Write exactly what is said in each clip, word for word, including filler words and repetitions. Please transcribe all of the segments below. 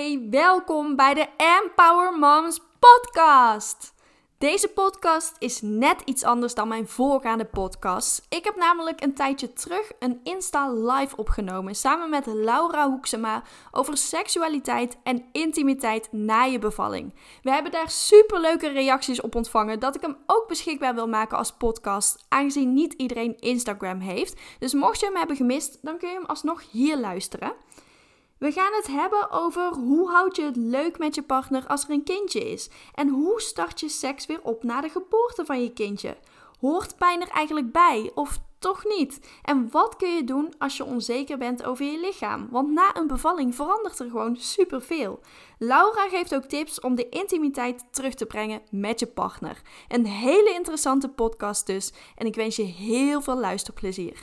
Hey, welkom bij de Empower Moms podcast. Deze podcast is net iets anders dan mijn voorgaande podcasts. Ik heb namelijk een tijdje terug een Insta live opgenomen samen met Laura Hoeksema over seksualiteit en intimiteit na je bevalling. We hebben daar superleuke reacties op ontvangen dat ik hem ook beschikbaar wil maken als podcast, aangezien niet iedereen Instagram heeft. Dus mocht je hem hebben gemist, dan kun je hem alsnog hier luisteren. We gaan het hebben over hoe houd je het leuk met je partner als er een kindje is. En hoe start je seks weer op na de geboorte van je kindje. Hoort pijn er eigenlijk bij of toch niet? En wat kun je doen als je onzeker bent over je lichaam? Want na een bevalling verandert er gewoon superveel. Laura geeft ook tips om de intimiteit terug te brengen met je partner. Een hele interessante podcast dus. En ik wens je heel veel luisterplezier.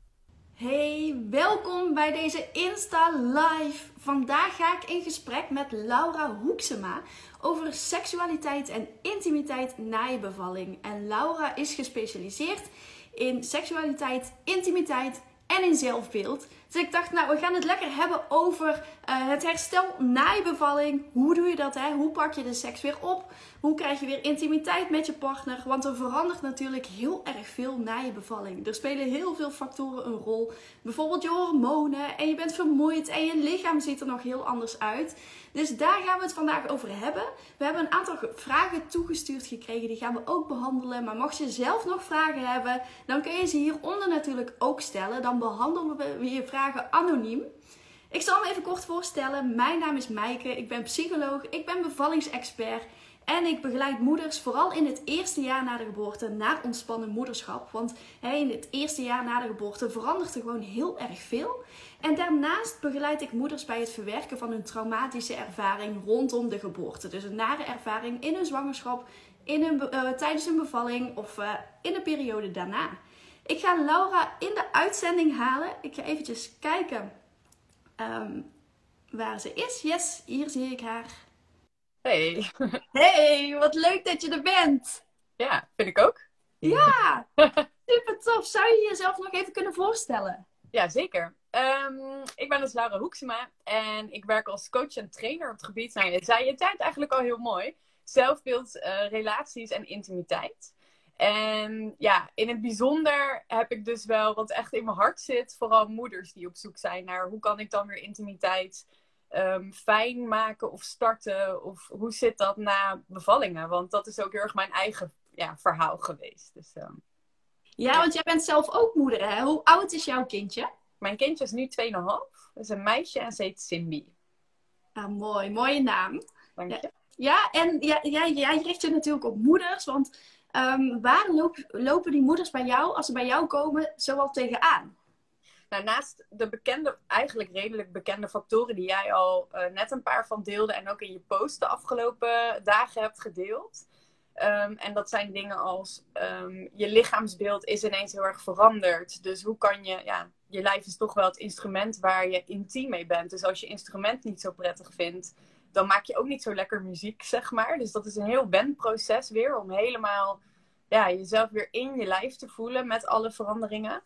Hey, welkom bij deze Insta Live. Vandaag ga ik in gesprek met Laura Hoeksema over seksualiteit en intimiteit na je bevalling. En Laura is gespecialiseerd in seksualiteit, intimiteit en in zelfbeeld. Dus ik dacht, nou, we gaan het lekker hebben over uh, het herstel na je bevalling. Hoe doe je dat, hè? Hoe pak je de seks weer op? Hoe krijg je weer intimiteit met je partner? Want er verandert natuurlijk heel erg veel na je bevalling. Er spelen heel veel factoren een rol. Bijvoorbeeld je hormonen en je bent vermoeid en je lichaam ziet er nog heel anders uit. Dus daar gaan we het vandaag over hebben. We hebben een aantal vragen toegestuurd gekregen. Die gaan we ook behandelen. Maar mocht je zelf nog vragen hebben, dan kun je ze hieronder natuurlijk ook stellen. Dan behandelen we je vragen anoniem. Ik zal me even kort voorstellen. Mijn naam is Maaike. Ik ben psycholoog. Ik ben bevallingsexpert. En ik begeleid moeders vooral in het eerste jaar na de geboorte naar ontspannen moederschap. Want hey, in het eerste jaar na de geboorte verandert er gewoon heel erg veel. En daarnaast begeleid ik moeders bij het verwerken van hun traumatische ervaring rondom de geboorte. Dus een nare ervaring in hun zwangerschap, in hun, uh, tijdens een bevalling of uh, in de periode daarna. Ik ga Laura in de uitzending halen. Ik ga eventjes kijken um, waar ze is. Yes, hier zie ik haar. Hey. Hey, wat leuk dat je er bent. Ja, vind ik ook. Ja, super tof. Zou je jezelf nog even kunnen voorstellen? Ja, zeker. Um, ik ben dus Laura Hoeksema en ik werk als coach en trainer op het gebied. Nou, je zei je tijd eigenlijk al heel mooi. Zelfbeeld, uh, relaties en intimiteit. En ja, in het bijzonder heb ik dus wel wat echt in mijn hart zit. Vooral moeders die op zoek zijn naar hoe kan ik dan weer intimiteit Um, fijn maken of starten? Of hoe zit dat na bevallingen? Want dat is ook heel erg mijn eigen ja, verhaal geweest. Dus, um, ja, ja, want jij bent zelf ook moeder, hè? Hoe oud is jouw kindje? Mijn kindje is nu twee komma vijf. Dat is een meisje en ze heet Simbi. Ah, mooi. Mooie naam. Dank je. Ja, ja en ja, ja, jij richt je natuurlijk op moeders. Want um, waar loop, lopen die moeders bij jou, als ze bij jou komen, zoal tegenaan? Nou, naast de bekende, eigenlijk redelijk bekende factoren die jij al uh, net een paar van deelde en ook in je post de afgelopen dagen hebt gedeeld. Um, en dat zijn dingen als um, je lichaamsbeeld is ineens heel erg veranderd. Dus hoe kan je, ja, je lijf is toch wel het instrument waar je intiem mee bent. Dus als je instrument niet zo prettig vindt, dan maak je ook niet zo lekker muziek, zeg maar. Dus dat is een heel wendproces weer om helemaal ja, jezelf weer in je lijf te voelen met alle veranderingen.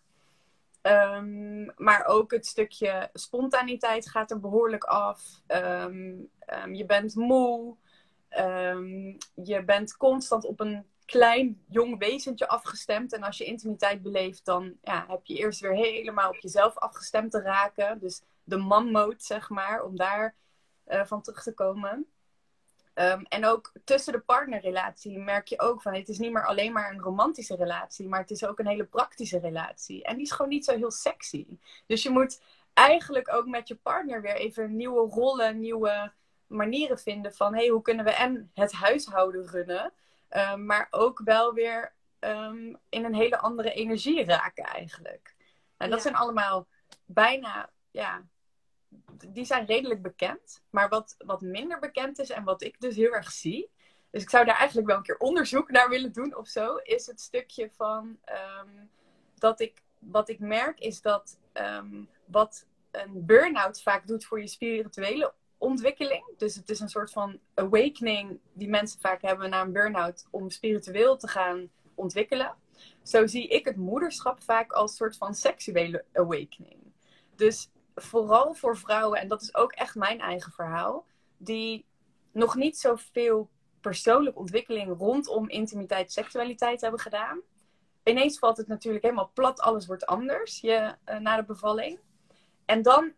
Um, maar ook het stukje spontaniteit gaat er behoorlijk af. Um, um, je bent moe. Um, je bent constant op een klein jong wezentje afgestemd. En als je intimiteit beleeft, dan ja, heb je eerst weer helemaal op jezelf afgestemd te raken. Dus de mom-mode, zeg maar, om daar uh, van terug te komen. Um, en ook tussen de partnerrelatie merk je ook van het is niet meer alleen maar een romantische relatie, maar het is ook een hele praktische relatie. En die is gewoon niet zo heel sexy. Dus je moet eigenlijk ook met je partner weer even nieuwe rollen, nieuwe manieren vinden van hey, hoe kunnen we en het huishouden runnen, um, maar ook wel weer um, in een hele andere energie raken eigenlijk. En dat ja. zijn allemaal bijna, ja... Die zijn redelijk bekend. Maar wat, wat minder bekend is en wat ik dus heel erg zie. Dus ik zou daar eigenlijk wel een keer onderzoek naar willen doen of zo. Is het stukje van um, dat ik, wat ik merk is dat um, wat een burn-out vaak doet voor je spirituele ontwikkeling. Dus het is een soort van awakening die mensen vaak hebben na een burn-out om spiritueel te gaan ontwikkelen. Zo zie ik het moederschap vaak als een soort van seksuele awakening. Dus vooral voor vrouwen, en dat is ook echt mijn eigen verhaal, die nog niet zoveel persoonlijke ontwikkeling rondom intimiteit, seksualiteit hebben gedaan. Ineens valt het natuurlijk helemaal plat, alles wordt anders je, uh, na de bevalling. En dan,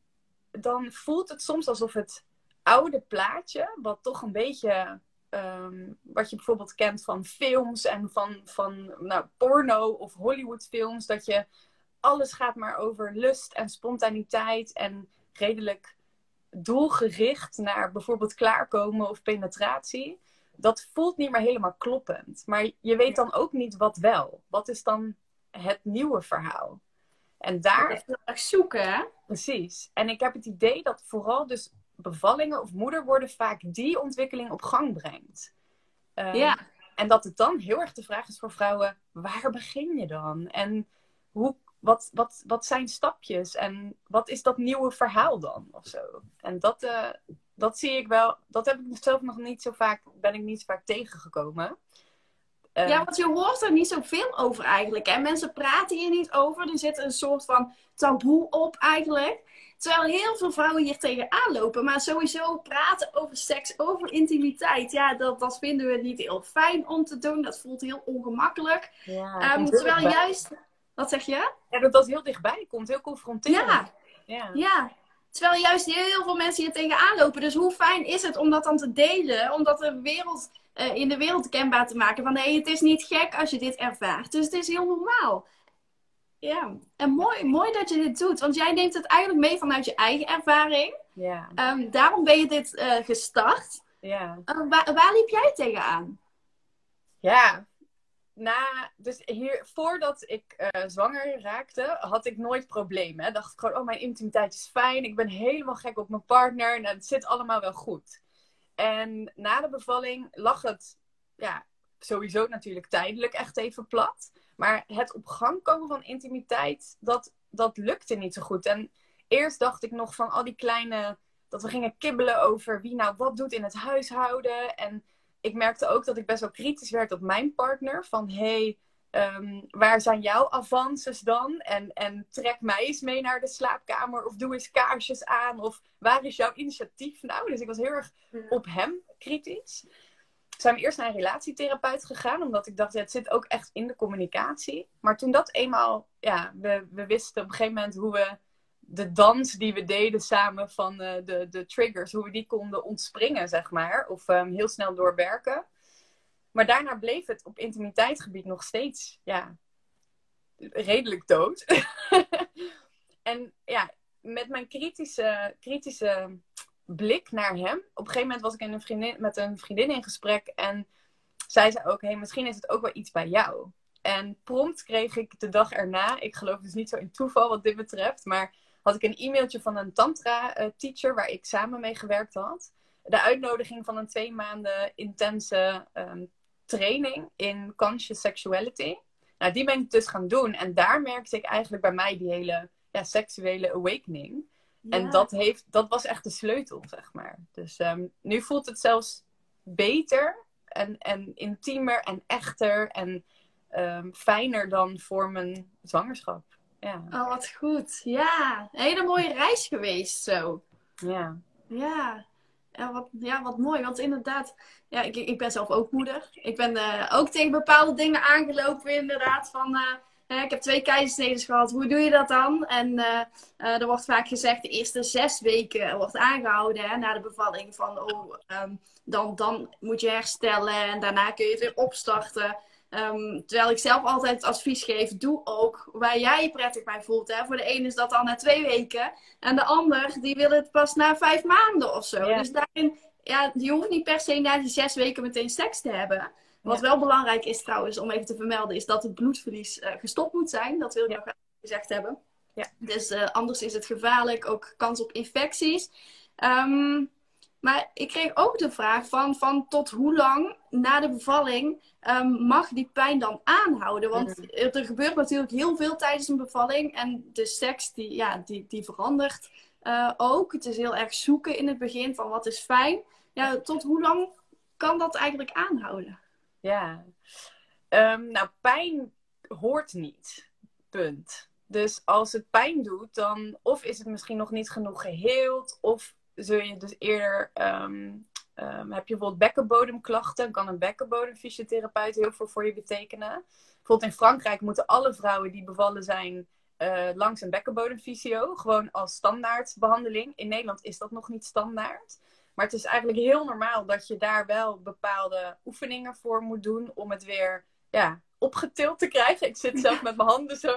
dan voelt het soms alsof het oude plaatje, wat toch een beetje, um, wat je bijvoorbeeld kent van films en van, van nou, porno of Hollywoodfilms, dat je alles gaat maar over lust en spontaniteit en redelijk doelgericht naar bijvoorbeeld klaarkomen of penetratie. Dat voelt niet meer helemaal kloppend. Maar je weet dan ook niet wat wel. Wat is dan het nieuwe verhaal? En daar... Echt heel erg zoeken, hè? Precies. En ik heb het idee dat vooral dus bevallingen of moeder worden vaak die ontwikkeling op gang brengt. Um, Ja. En dat het dan heel erg de vraag is voor vrouwen, waar begin je dan? En hoe, wat, wat, wat zijn stapjes? En wat is dat nieuwe verhaal dan? Of zo. En dat, uh, dat zie ik wel, dat heb ik zelf nog niet zo vaak, ben ik niet zo vaak tegengekomen. Uh, Ja, want je hoort er niet zoveel over eigenlijk. Hè? Mensen praten hier niet over. Er zit een soort van taboe op eigenlijk. Terwijl heel veel vrouwen hier tegenaan lopen. Maar sowieso praten over seks, over intimiteit. Ja, dat, dat vinden we niet heel fijn om te doen. Dat voelt heel ongemakkelijk. Ja, um, terwijl dichtbij. juist... Wat zeg je? Ja, dat dat heel dichtbij komt. Heel confronterend. Ja. Ja. ja. Terwijl juist heel veel mensen hier tegenaan lopen. Dus hoe fijn is het om dat dan te delen? Om dat de wereld, uh, in de wereld kenbaar te maken. Van hé, hey, het is niet gek als je dit ervaart. Dus het is heel normaal. Ja, en mooi, mooi dat je dit doet. Want jij neemt het eigenlijk mee vanuit je eigen ervaring. Ja. Um, daarom ben je dit uh, gestart. Ja. Uh, waar, waar liep jij tegenaan? Ja, na, dus hier, voordat ik uh, zwanger raakte, had ik nooit problemen. Hè. Dacht ik gewoon, oh, mijn intimiteit is fijn. Ik ben helemaal gek op mijn partner. Nou, het zit allemaal wel goed. En na de bevalling lag het, ja, sowieso natuurlijk tijdelijk echt even plat. Maar het op gang komen van intimiteit, dat, dat lukte niet zo goed. En eerst dacht ik nog van al die kleine, dat we gingen kibbelen over wie nou wat doet in het huishouden. En ik merkte ook dat ik best wel kritisch werd op mijn partner. Van, hé, hey, um, waar zijn jouw avances dan? En, en trek mij eens mee naar de slaapkamer. Of doe eens kaarsjes aan. Of waar is jouw initiatief nou? Dus ik was heel erg op hem kritisch. Zijn we eerst naar een relatietherapeut gegaan. Omdat ik dacht, ja, het zit ook echt in de communicatie. Maar toen dat eenmaal, ja, we, we wisten op een gegeven moment hoe we de dans die we deden samen van uh, de, de triggers, hoe we die konden ontspringen, zeg maar. Of um, heel snel doorwerken. Maar daarna bleef het op intimiteitsgebied nog steeds, ja, redelijk dood. En ja, met mijn kritische, kritische blik naar hem. Op een gegeven moment was ik in een vriendin, met een vriendin in gesprek. En zij zei ook, hey, misschien is het ook wel iets bij jou. En prompt kreeg ik de dag erna, ik geloof dus niet zo in toeval wat dit betreft, maar had ik een e-mailtje van een tantra-teacher waar ik samen mee gewerkt had. De uitnodiging van een twee maanden intense um, training in conscious sexuality. Nou, die ben ik dus gaan doen. En daar merkte ik eigenlijk bij mij die hele ja, seksuele awakening. Ja. En dat, heeft, dat was echt de sleutel, zeg maar. Dus um, nu voelt het zelfs beter en, en intiemer en echter en um, fijner dan voor mijn zwangerschap. Ja. Oh, wat goed. Ja, een hele mooie reis geweest zo. Ja. Ja. Ja, wat, ja, wat mooi. Want inderdaad, ja, ik, ik ben zelf ook moeder. Ik ben uh, ook tegen bepaalde dingen aangelopen inderdaad. Van, uh, uh, ik heb twee keizersneden gehad. Hoe doe je dat dan? En uh, uh, er wordt vaak gezegd, de eerste zes weken wordt aangehouden hè, na de bevalling. Van, oh, um, dan, dan moet je herstellen en daarna kun je het weer opstarten. Um, terwijl ik zelf altijd het advies geef, doe ook waar jij je prettig bij voelt. Hè? Voor de ene is dat dan na twee weken. En de ander, die wil het pas na vijf maanden of zo. Ja. Dus daarin, ja, je hoeft niet per se na die zes weken meteen seks te hebben. Wat ja. wel belangrijk is trouwens, om even te vermelden, is dat het bloedverlies uh, gestopt moet zijn. Dat wil ik ja. nog gezegd hebben. Ja. Dus uh, anders is het gevaarlijk, ook kans op infecties. Um, Maar ik kreeg ook de vraag van, van tot hoe lang na de bevalling um, mag die pijn dan aanhouden? Want mm. er gebeurt natuurlijk heel veel tijdens een bevalling. En de seks die, ja, die, die verandert uh, ook. Het is heel erg zoeken in het begin van wat is fijn. Ja, tot hoe lang kan dat eigenlijk aanhouden? Ja, um, nou pijn hoort niet. Punt. Dus als het pijn doet, dan of is het misschien nog niet genoeg geheeld of zul je dus eerder... Um, um, heb je bijvoorbeeld bekkenbodemklachten, kan een bekkenbodemfysiotherapeut heel veel voor je betekenen. Bijvoorbeeld in Frankrijk moeten alle vrouwen die bevallen zijn... Uh, langs een bekkenbodemfysio. Gewoon als standaardbehandeling. In Nederland is dat nog niet standaard. Maar het is eigenlijk heel normaal dat je daar wel bepaalde oefeningen voor moet doen. Om het weer ja, opgetild te krijgen. Ik zit zelf met mijn handen zo.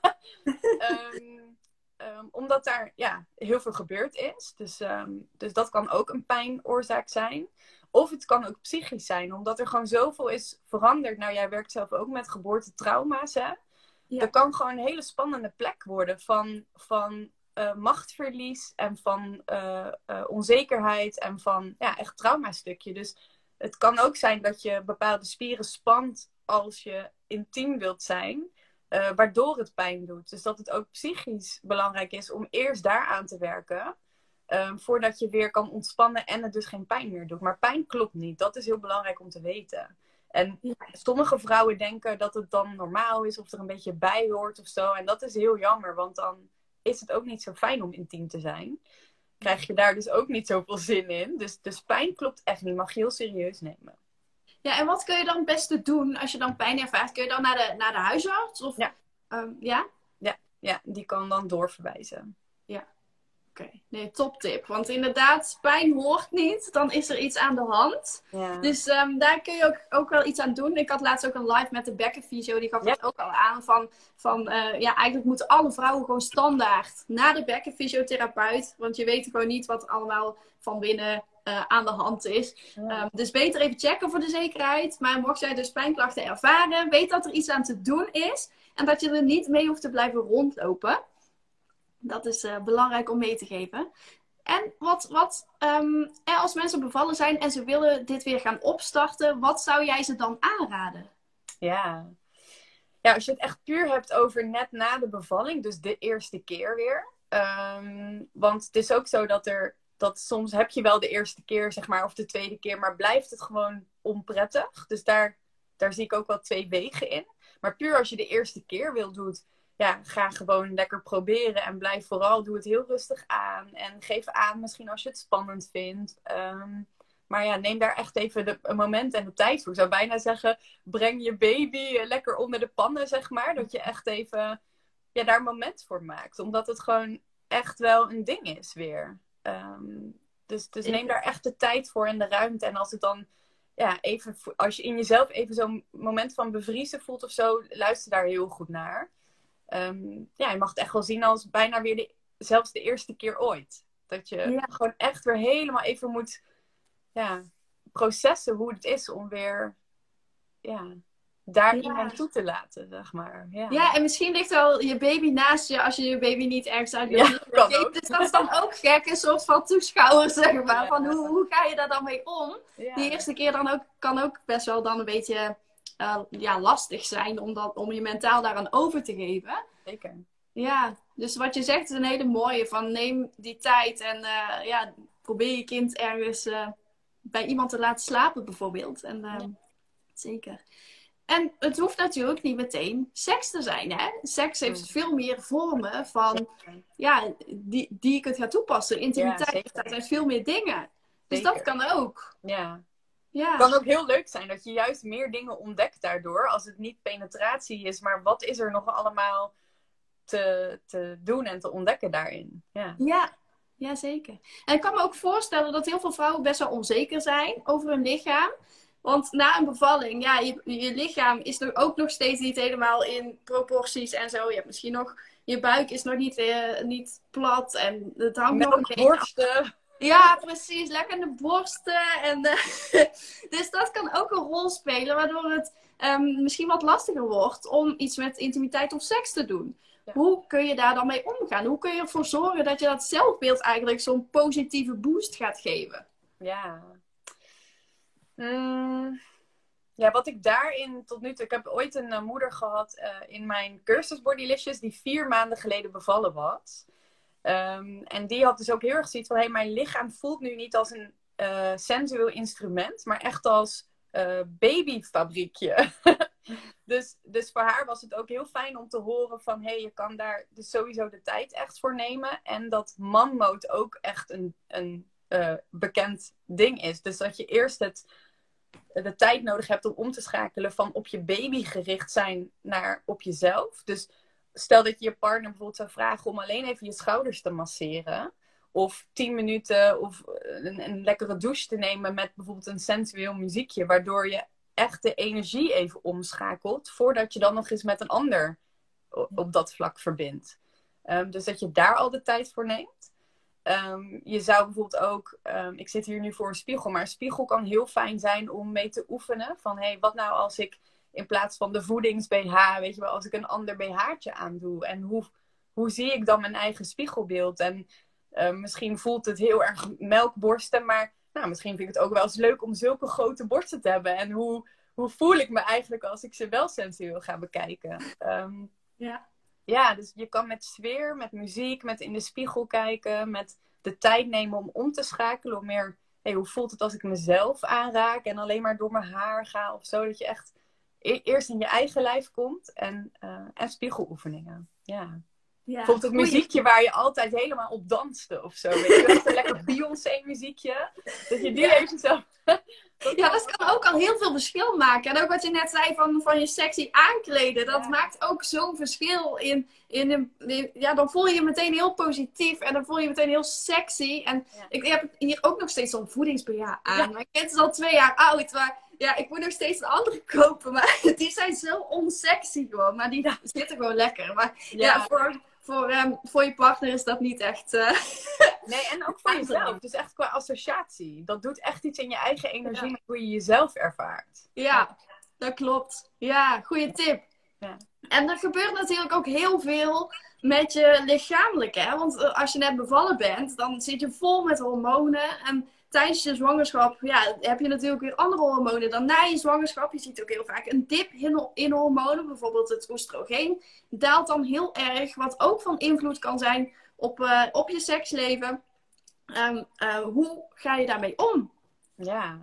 um, um, omdat daar ja, heel veel gebeurd is. Dus, um, dus dat kan ook een pijnoorzaak zijn. Of het kan ook psychisch zijn. Omdat er gewoon zoveel is veranderd. Nou, jij werkt zelf ook met geboortetrauma's, hè? Ja. Dat kan gewoon een hele spannende plek worden van, van uh, machtverlies en van uh, uh, onzekerheid en van ja, echt traumastukje. Dus het kan ook zijn dat je bepaalde spieren spant als je intiem wilt zijn, uh, waardoor het pijn doet. Dus dat het ook psychisch belangrijk is om eerst daar aan te werken, uh, voordat je weer kan ontspannen en het dus geen pijn meer doet. Maar pijn klopt niet, dat is heel belangrijk om te weten. En sommige vrouwen denken dat het dan normaal is of er een beetje bij hoort of zo. En dat is heel jammer, want dan is het ook niet zo fijn om intiem te zijn. Krijg je daar dus ook niet zoveel zin in. Dus, dus pijn klopt echt niet, mag je heel serieus nemen. Ja, en wat kun je dan het beste doen als je dan pijn ervaart? Kun je dan naar de, naar de huisarts? Of, ja. Um, ja? ja? Ja, die kan dan doorverwijzen. Ja. Oké, okay. Nee, toptip. Want inderdaad, pijn hoort niet. Dan is er iets aan de hand. Ja. Dus um, daar kun je ook, ook wel iets aan doen. Ik had laatst ook een live met de bekkenfysio. Die gaf ja. dat ook al aan. Van, van uh, ja, eigenlijk moeten alle vrouwen gewoon standaard naar de bekkenfysiotherapeut. Want je weet gewoon niet wat er allemaal van binnen uh, aan de hand is. Ja. Um, dus beter even checken voor de zekerheid. Maar mocht jij dus pijnklachten ervaren, weet dat er iets aan te doen is. En dat je er niet mee hoeft te blijven rondlopen. Dat is uh, belangrijk om mee te geven. En wat, wat um, als mensen bevallen zijn en ze willen dit weer gaan opstarten, wat zou jij ze dan aanraden? Ja. ja, als je het echt puur hebt over net na de bevalling, dus de eerste keer weer. Um, want het is ook zo dat er, dat soms heb je wel de eerste keer, zeg maar, of de tweede keer, maar blijft het gewoon onprettig. Dus daar, daar zie ik ook wel twee wegen in. Maar puur als je de eerste keer wil doet, ja, ga gewoon lekker proberen en blijf vooral, doe het heel rustig aan. En geef aan misschien als je het spannend vindt. Um, maar ja, neem daar echt even de, een moment en de tijd voor. Ik zou bijna zeggen, breng je baby lekker onder de pannen, zeg maar. Dat je echt even ja, daar een moment voor maakt. Omdat het gewoon echt wel een ding is weer. Um, dus, dus neem daar echt de tijd voor en de ruimte. En als het dan, ja, even, als je in jezelf even zo'n moment van bevriezen voelt of zo, luister daar heel goed naar. Um, ja, je mag het echt wel zien als bijna weer de, zelfs de eerste keer ooit. Dat je ja. gewoon echt weer helemaal even moet ja, processen hoe het is om weer ja, daar ja. iemand toe te laten, zeg maar. Ja. ja, en misschien ligt wel je baby naast je als je je baby niet ergens uit wil. Ja, kan ook. Dus dat is dan ook gek, een soort van toeschouwer, zeg maar. Ja. Van hoe, hoe ga je daar dan mee om? Ja. Die eerste keer dan ook, kan ook best wel dan een beetje Uh, ja, lastig zijn om, dat, om je mentaal daaraan over te geven. Zeker. Ja, dus wat je zegt is een hele mooie. Van neem die tijd en uh, ja, probeer je kind ergens uh, bij iemand te laten slapen bijvoorbeeld. En, uh, ja. Zeker. En het hoeft natuurlijk niet meteen seks te zijn. Hè? Seks heeft mm. veel meer vormen van, ja, die, die je kunt gaan toepassen. Intimiteit, ja, dat zijn veel meer dingen. Dus zeker. Dat kan ook. Ja. Ja. Het kan ook heel leuk zijn dat je juist meer dingen ontdekt daardoor. Als het niet penetratie is, maar wat is er nog allemaal te, te doen en te ontdekken daarin. Ja. Ja, ja, zeker. En ik kan me ook voorstellen dat heel veel vrouwen best wel onzeker zijn over hun lichaam. Want na een bevalling, ja, je, je lichaam is er ook nog steeds niet helemaal in proporties en zo. Je hebt misschien nog, je buik is nog niet, uh, niet plat en het hangt nog een beetje borsten. Ja, precies. Lekker de borsten. En, uh, dus dat kan ook een rol spelen, waardoor het um, misschien wat lastiger wordt om iets met intimiteit of seks te doen. Ja. Hoe kun je daar dan mee omgaan? Hoe kun je ervoor zorgen dat je dat zelfbeeld eigenlijk zo'n positieve boost gaat geven? Ja. Mm, ja, wat ik daarin tot nu toe... Ik heb ooit een uh, moeder gehad uh, in mijn cursus Bodylicious die vier maanden geleden bevallen was. Um, en die had dus ook heel erg zoiets van, hey, mijn lichaam voelt nu niet als een uh, sensueel instrument, maar echt als uh, babyfabriekje. dus, dus voor haar was het ook heel fijn om te horen van, hey, je kan daar dus sowieso de tijd echt voor nemen. En dat man-mode ook echt een, een uh, bekend ding is. Dus dat je eerst het, de tijd nodig hebt om om te schakelen van op je baby gericht zijn naar op jezelf. Dus stel dat je je partner bijvoorbeeld zou vragen om alleen even je schouders te masseren. Of tien minuten of een, een lekkere douche te nemen met bijvoorbeeld een sensueel muziekje. Waardoor je echt de energie even omschakelt. Voordat je dan nog eens met een ander op dat vlak verbindt. Um, dus dat je daar al de tijd voor neemt. Um, je zou bijvoorbeeld ook... Um, ik zit hier nu voor een spiegel. Maar een spiegel kan heel fijn zijn om mee te oefenen. Van hé, hey, wat nou als ik in plaats van de voedings-B H... Weet je wel, als ik een ander B H'tje aandoe. En hoe, hoe zie ik dan mijn eigen spiegelbeeld? En uh, misschien voelt het heel erg melkborsten. Maar nou, misschien vind ik het ook wel eens leuk om zulke grote borsten te hebben. En hoe, hoe voel ik me eigenlijk als ik ze wel sensueel ga bekijken? Um, ja. Ja, dus je kan met sfeer, met muziek, met in de spiegel kijken, met de tijd nemen om om te schakelen. Om meer, hey, hoe voelt het als ik mezelf aanraak en alleen maar door mijn haar ga of zo. Dat je echt e- eerst in je eigen lijf komt en, uh, en spiegeloefeningen. Ja. Ja, bijvoorbeeld het muziekje waar je altijd helemaal op danste of zo. Weet je wel, een lekker Beyoncé muziekje. Dat je die ja. even zo... Ja, dat kan ook al heel veel verschil maken. En ook wat je net zei van, van je sexy aankleden. Dat ja. maakt ook zo'n verschil. In, in, in, in, ja, dan voel je je meteen heel positief. En dan voel je je meteen heel sexy. En ja. ik heb hier ook nog steeds zo'n voedings-B H aan. Ja. Mijn kind is al twee jaar oud. Maar ja, ik moet nog steeds een andere kopen. Maar die zijn zo onsexy gewoon. Maar die ja. zitten gewoon lekker. Maar ja, ja voor... Voor, um, voor je partner is dat niet echt... Uh... Nee, en ook voor jezelf. Dus echt qua associatie. Dat doet echt iets in je eigen energie, ja. hoe je jezelf ervaart. Ja, ja. Dat klopt. Ja, goede tip. Ja. En er gebeurt natuurlijk ook heel veel met je lichamelijk, hè. Want uh, als je net bevallen bent, dan zit je vol met hormonen. En tijdens je zwangerschap ja, heb je natuurlijk weer andere hormonen dan na je zwangerschap. Je ziet ook heel vaak een dip in, in hormonen. Bijvoorbeeld het oestrogeen daalt dan heel erg. Wat ook van invloed kan zijn op, uh, op je seksleven. Um, uh, hoe ga je daarmee om? Ja.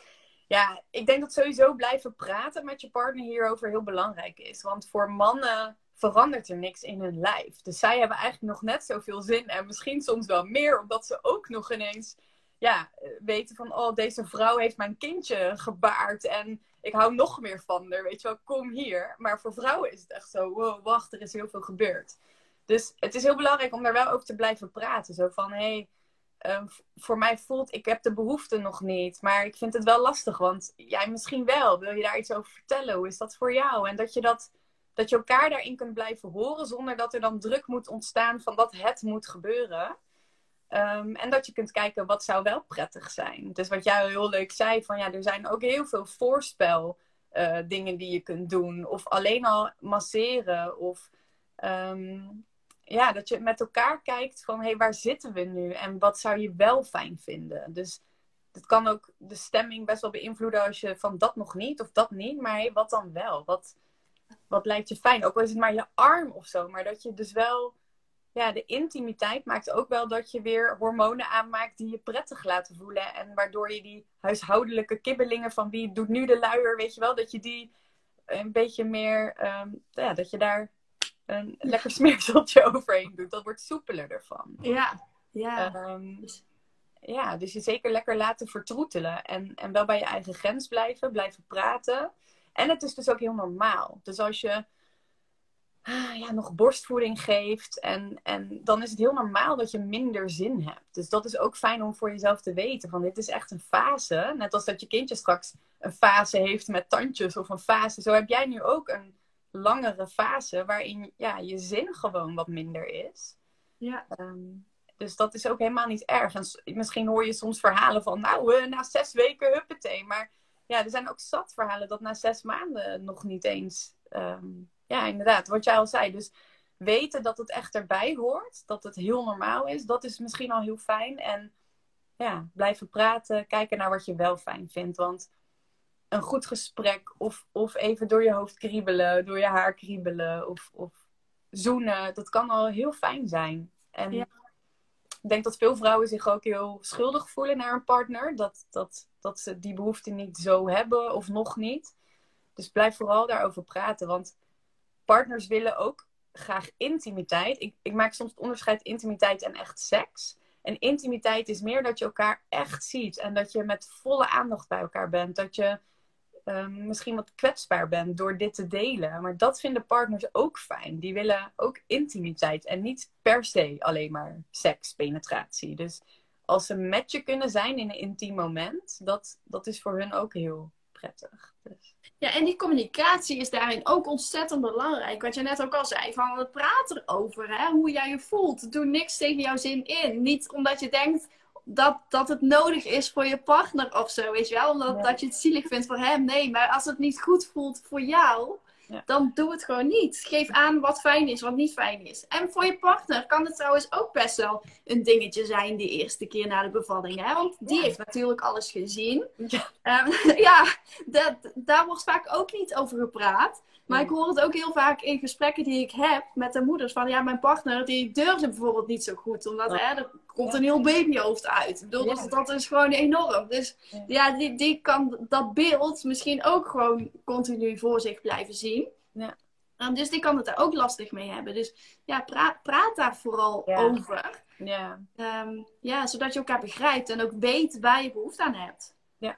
ja, ik denk dat sowieso blijven praten met je partner hierover heel belangrijk is. Want voor mannen verandert er niks in hun lijf. Dus zij hebben eigenlijk nog net zoveel zin. En misschien soms wel meer, omdat ze ook nog ineens... Ja, weten van, oh, deze vrouw heeft mijn kindje gebaard en ik hou nog meer van haar, weet je wel, kom hier. Maar voor vrouwen is het echt zo, wow, wacht, er is heel veel gebeurd. Dus het is heel belangrijk om daar wel over te blijven praten. Zo van, hé, hey, uh, voor mij voelt, ik heb de behoefte nog niet, maar ik vind het wel lastig, want jij misschien wel. Wil je daar iets over vertellen? Hoe is dat voor jou? En dat je, dat, dat je elkaar daarin kunt blijven horen, zonder dat er dan druk moet ontstaan van dat het moet gebeuren. Um, en dat je kunt kijken wat zou wel prettig zijn. Dus wat jij heel leuk zei, van ja, er zijn ook heel veel voorspel uh, dingen die je kunt doen. Of alleen al masseren. Of um, ja, dat je met elkaar kijkt van hé, hey, waar zitten we nu? En wat zou je wel fijn vinden? Dus het kan ook de stemming best wel beïnvloeden als je van dat nog niet of dat niet. Maar hey, wat dan wel? Wat, wat lijkt je fijn? Ook al is het maar je arm of zo. Maar dat je dus wel... Ja, de intimiteit maakt ook wel dat je weer hormonen aanmaakt die je prettig laten voelen. En waardoor je die huishoudelijke kibbelingen van wie doet nu de luier, weet je wel. Dat je die een beetje meer, um, ja, dat je daar een lekker smeerseltje overheen doet. Dat wordt soepeler ervan. Ja, ja. Um, ja, dus je zeker lekker laten vertroetelen. En, en wel bij je eigen grens blijven, blijven praten. En het is dus ook heel normaal. Dus als je... ja, nog borstvoeding geeft. En, en dan is het heel normaal dat je minder zin hebt. Dus dat is ook fijn om voor jezelf te weten. Van dit is echt een fase. Net als dat je kindje straks een fase heeft met tandjes of een fase. Zo heb jij nu ook een langere fase waarin ja, je zin gewoon wat minder is. Ja. Um, dus dat is ook helemaal niet erg. En misschien hoor je soms verhalen van nou, uh, na zes weken huppatee. Maar ja, er zijn ook zat verhalen dat na zes maanden nog niet eens... Um, Ja, inderdaad. Wat jij al zei. Dus weten dat het echt erbij hoort. Dat het heel normaal is. Dat is misschien al heel fijn. En ja, blijven praten. Kijken naar wat je wel fijn vindt. Want een goed gesprek. Of, of even door je hoofd kriebelen. Door je haar kriebelen. Of, of zoenen. Dat kan al heel fijn zijn. En ja. Ik denk dat veel vrouwen zich ook heel schuldig voelen naar een partner. Dat, dat, dat ze die behoefte niet zo hebben. Of nog niet. Dus blijf vooral daarover praten. Want partners willen ook graag intimiteit. Ik, ik maak soms het onderscheid intimiteit en echt seks. En intimiteit is meer dat je elkaar echt ziet. En dat je met volle aandacht bij elkaar bent. Dat je um, misschien wat kwetsbaar bent door dit te delen. Maar dat vinden partners ook fijn. Die willen ook intimiteit. En niet per se alleen maar seks, penetratie. Dus als ze met je kunnen zijn in een intiem moment. Dat, dat is voor hun ook heel prettig. Dus. Ja, en die communicatie is daarin ook ontzettend belangrijk. Wat je net ook al zei, van praat erover, hè? Hoe jij je voelt. Doe niks tegen jouw zin in. Niet omdat je denkt dat, dat het nodig is voor je partner of zo, weet je wel. Omdat Ja. dat je het zielig vindt voor hem. Nee, maar als het niet goed voelt voor jou, ja. dan doe het gewoon niet. Geef aan wat fijn is, wat niet fijn is. En voor je partner kan het trouwens ook best wel een dingetje zijn die eerste keer na de bevalling. Hè? Want die ja. heeft natuurlijk alles gezien. Ja, um, ja dat, daar wordt vaak ook niet over gepraat. Maar ik hoor het ook heel vaak in gesprekken die ik heb met de moeders. Van ja, mijn partner die durfde bijvoorbeeld niet zo goed. Omdat ja. hè, er komt ja. een heel babyhoofd uit. Ik bedoel, ja. dat, dat is gewoon enorm. Dus ja, ja die, die kan dat beeld misschien ook gewoon continu voor zich blijven zien. Ja. Um, dus die kan het daar ook lastig mee hebben. Dus ja, pra- praat daar vooral ja. over. Ja. Um, ja, zodat je elkaar begrijpt en ook weet waar je behoefte aan hebt. Ja.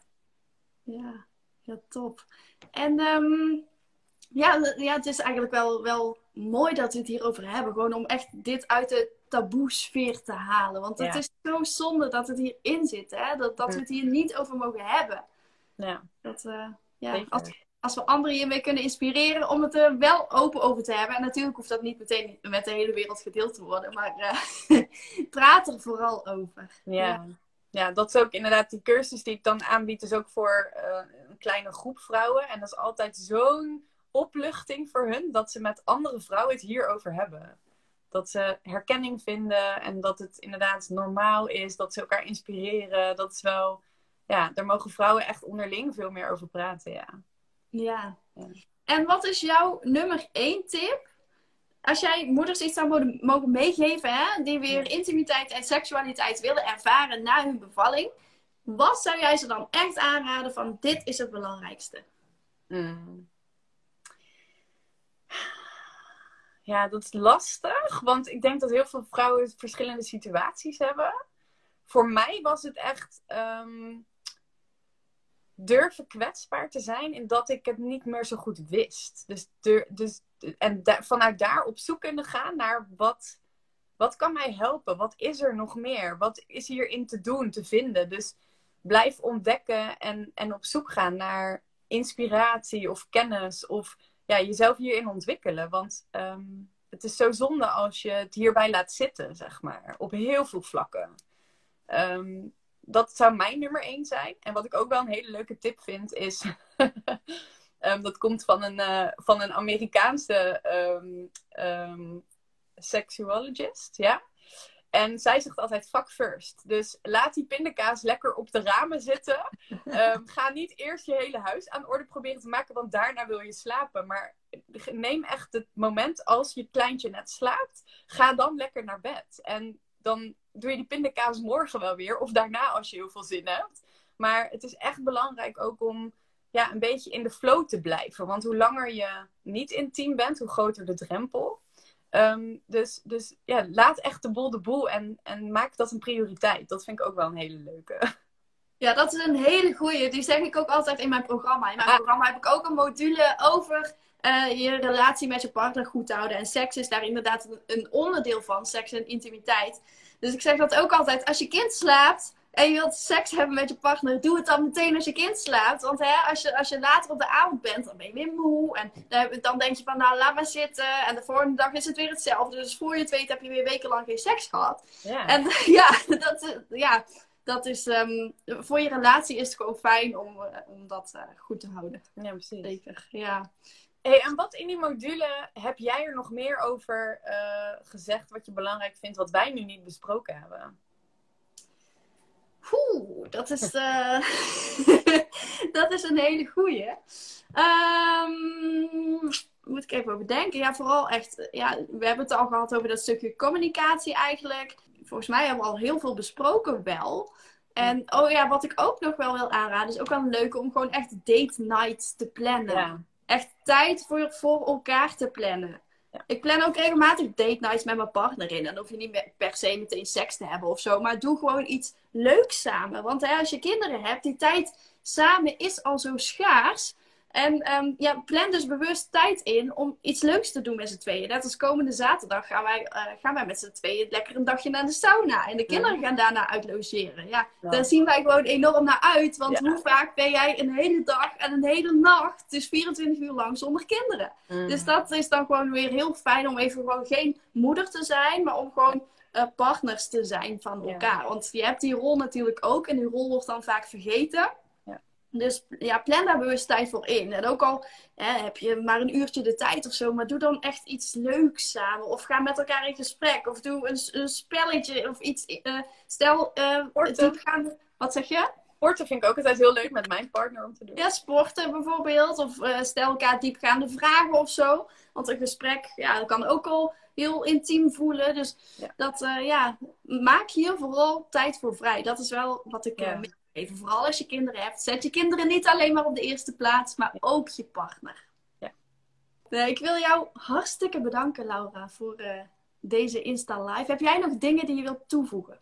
Ja, ja top. En... Um, Ja, ja, het is eigenlijk wel, wel mooi dat we het hierover hebben. Gewoon om echt dit uit de taboe-sfeer te halen. Want het ja. is zo zonde dat het hierin zit. Hè? Dat, dat we het hier niet over mogen hebben. Ja. Dat, uh, ja, als, als we anderen hiermee kunnen inspireren om het er wel open over te hebben. En natuurlijk hoeft dat niet meteen met de hele wereld gedeeld te worden. Maar uh, praat er vooral over. Ja. Ja. Ja, dat is ook inderdaad die cursus die ik dan aanbied. Is ook voor uh, een kleine groep vrouwen. En dat is altijd zo'n opluchting voor hun, dat ze met andere vrouwen het hierover hebben. Dat ze herkenning vinden en dat het inderdaad normaal is, dat ze elkaar inspireren. Dat is wel, ja, daar mogen vrouwen echt onderling veel meer over praten, ja. Ja. ja. En wat is jouw nummer één tip? Als jij moeders iets zou mogen meegeven, hè, die weer intimiteit en seksualiteit willen ervaren na hun bevalling, wat zou jij ze dan echt aanraden van dit is het belangrijkste? Mm. Ja, dat is lastig. Want ik denk dat heel veel vrouwen verschillende situaties hebben. Voor mij was het echt um, durven kwetsbaar te zijn. In dat ik het niet meer zo goed wist. Dus, dur- dus en da- vanuit daar op zoek kunnen gaan naar wat, wat kan mij helpen? Wat is er nog meer? Wat is hierin te doen, te vinden? Dus blijf ontdekken en, en op zoek gaan naar inspiratie of kennis of... Ja, jezelf hierin ontwikkelen. Want um, het is zo zonde als je het hierbij laat zitten, zeg maar. Op heel veel vlakken. Um, dat zou mijn nummer één zijn. En wat ik ook wel een hele leuke tip vind is... um, dat komt van een, uh, van een Amerikaanse um, um, sexuologist, ja. En zij zegt altijd fuck first. Dus laat die pindakaas lekker op de ramen zitten. Um, ga niet eerst je hele huis aan orde proberen te maken. Want daarna wil je slapen. Maar neem echt het moment als je kleintje net slaapt. Ga dan lekker naar bed. En dan doe je die pindakaas morgen wel weer. Of daarna als je heel veel zin hebt. Maar het is echt belangrijk ook om ja, een beetje in de flow te blijven. Want hoe langer je niet intiem bent, hoe groter de drempel. Um, dus, dus ja, laat echt de boel de boel en, en maak dat een prioriteit. Dat vind ik ook wel een hele leuke. Ja, dat is een hele goeie. Die zeg ik ook altijd in mijn programma. In mijn ah. programma heb ik ook een module over uh, je relatie met je partner goed te houden. En seks is daar inderdaad een onderdeel van. Seks en intimiteit. Dus ik zeg dat ook altijd. Als je kind slaapt en je wilt seks hebben met je partner, doe het dan meteen als je kind slaapt. Want hè, als, je, als je later op de avond bent, dan ben je weer moe. En dan denk je van, nou, laat maar zitten. En de volgende dag is het weer hetzelfde. Dus voor je het weet heb je weer wekenlang geen seks gehad. Ja. En ja, dat, ja, dat is... Um, voor je relatie is het gewoon fijn om, uh, om dat uh, goed te houden. Ja, precies. Zeker, ja. Hey, en wat in die module heb jij er nog meer over uh, gezegd wat je belangrijk vindt, wat wij nu niet besproken hebben? Oeh, dat is, uh... dat is een hele goeie. Um, moet ik even over denken. Ja, vooral echt... Ja, we hebben het al gehad over dat stukje communicatie eigenlijk. Volgens mij hebben we al heel veel besproken wel. En oh ja, wat ik ook nog wel wil aanraden, is ook wel leuk om gewoon echt date nights te plannen. Ja. Echt tijd voor, voor elkaar te plannen. Ik plan ook regelmatig date nights met mijn partner in. En dan hoef je niet meer per se meteen seks te hebben of zo. Maar doe gewoon iets leuks samen. Want hè, als je kinderen hebt, die tijd samen is al zo schaars. En um, ja, plan dus bewust tijd in om iets leuks te doen met z'n tweeën. Net als komende zaterdag gaan wij, uh, gaan wij met z'n tweeën lekker een dagje naar de sauna. En de kinderen ja. gaan daarna uitlogeren. Ja, ja. Daar zien wij gewoon enorm naar uit. Want ja. hoe vaak ben jij een hele dag en een hele nacht, dus vierentwintig uur lang zonder kinderen. Mm. Dus dat is dan gewoon weer heel fijn om even gewoon geen moeder te zijn, maar om gewoon uh, partners te zijn van elkaar. Ja. Want je hebt die rol natuurlijk ook en die rol wordt dan vaak vergeten. Dus ja, plan daar bewust tijd voor in. En ook al hè, heb je maar een uurtje de tijd of zo, maar doe dan echt iets leuks samen. Of ga met elkaar in gesprek. Of doe een, een spelletje of iets. Uh, stel, uh, diepgaande... Wat zeg je? Sporten vind ik ook altijd heel leuk met mijn partner om te doen. Ja, sporten bijvoorbeeld. Of uh, stel elkaar diepgaande vragen of zo. Want een gesprek, ja, dat kan ook al heel intiem voelen. Dus ja, dat, uh, ja, maak hier vooral tijd voor vrij. Dat is wel wat ik... Uh, ja. Even vooral als je kinderen hebt. Zet je kinderen niet alleen maar op de eerste plaats, maar ook je partner. Ja. Nee, ik wil jou hartstikke bedanken, Laura, voor uh, deze Insta Live. Heb jij nog dingen die je wilt toevoegen?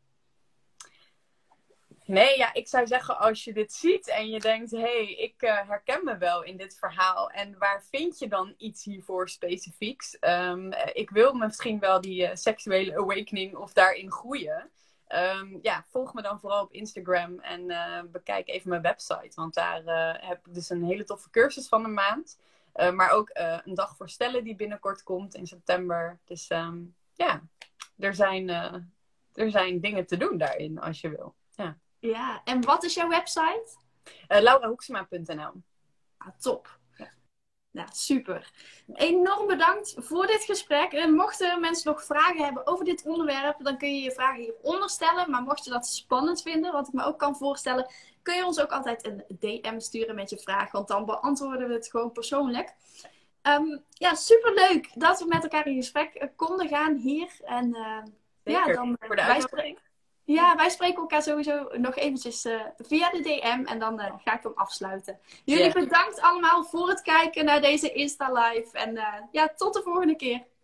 Nee, ja, ik zou zeggen, als je dit ziet en je denkt, hé, hey, ik uh, herken me wel in dit verhaal. En waar vind je dan iets hiervoor specifieks? Um, ik wil misschien wel die uh, seksuele awakening of daarin groeien. Um, ja, volg me dan vooral op Instagram en uh, bekijk even mijn website. Want daar uh, heb ik dus een hele toffe cursus van een maand. Uh, maar ook uh, een dag voor stellen die binnenkort komt in september. Dus um, ja, er zijn, uh, er zijn dingen te doen daarin als je wil. Ja, ja, en wat is jouw website? Uh, laura hoeksema punt n l. Ah, top. Nou, super. Enorm bedankt voor dit gesprek. En mochten mensen nog vragen hebben over dit onderwerp, dan kun je je vragen hieronder stellen. Maar mocht je dat spannend vinden, wat ik me ook kan voorstellen, kun je ons ook altijd een D M sturen met je vraag. Want dan beantwoorden we het gewoon persoonlijk. Um, ja, superleuk dat we met elkaar in gesprek konden gaan hier. En uh, ja, dan voor de uitnodiging. Ja, wij spreken elkaar sowieso nog eventjes uh, via de D M en dan uh, ga ik hem afsluiten. Jullie yeah. bedankt allemaal voor het kijken naar deze Insta Live en uh, ja, tot de volgende keer.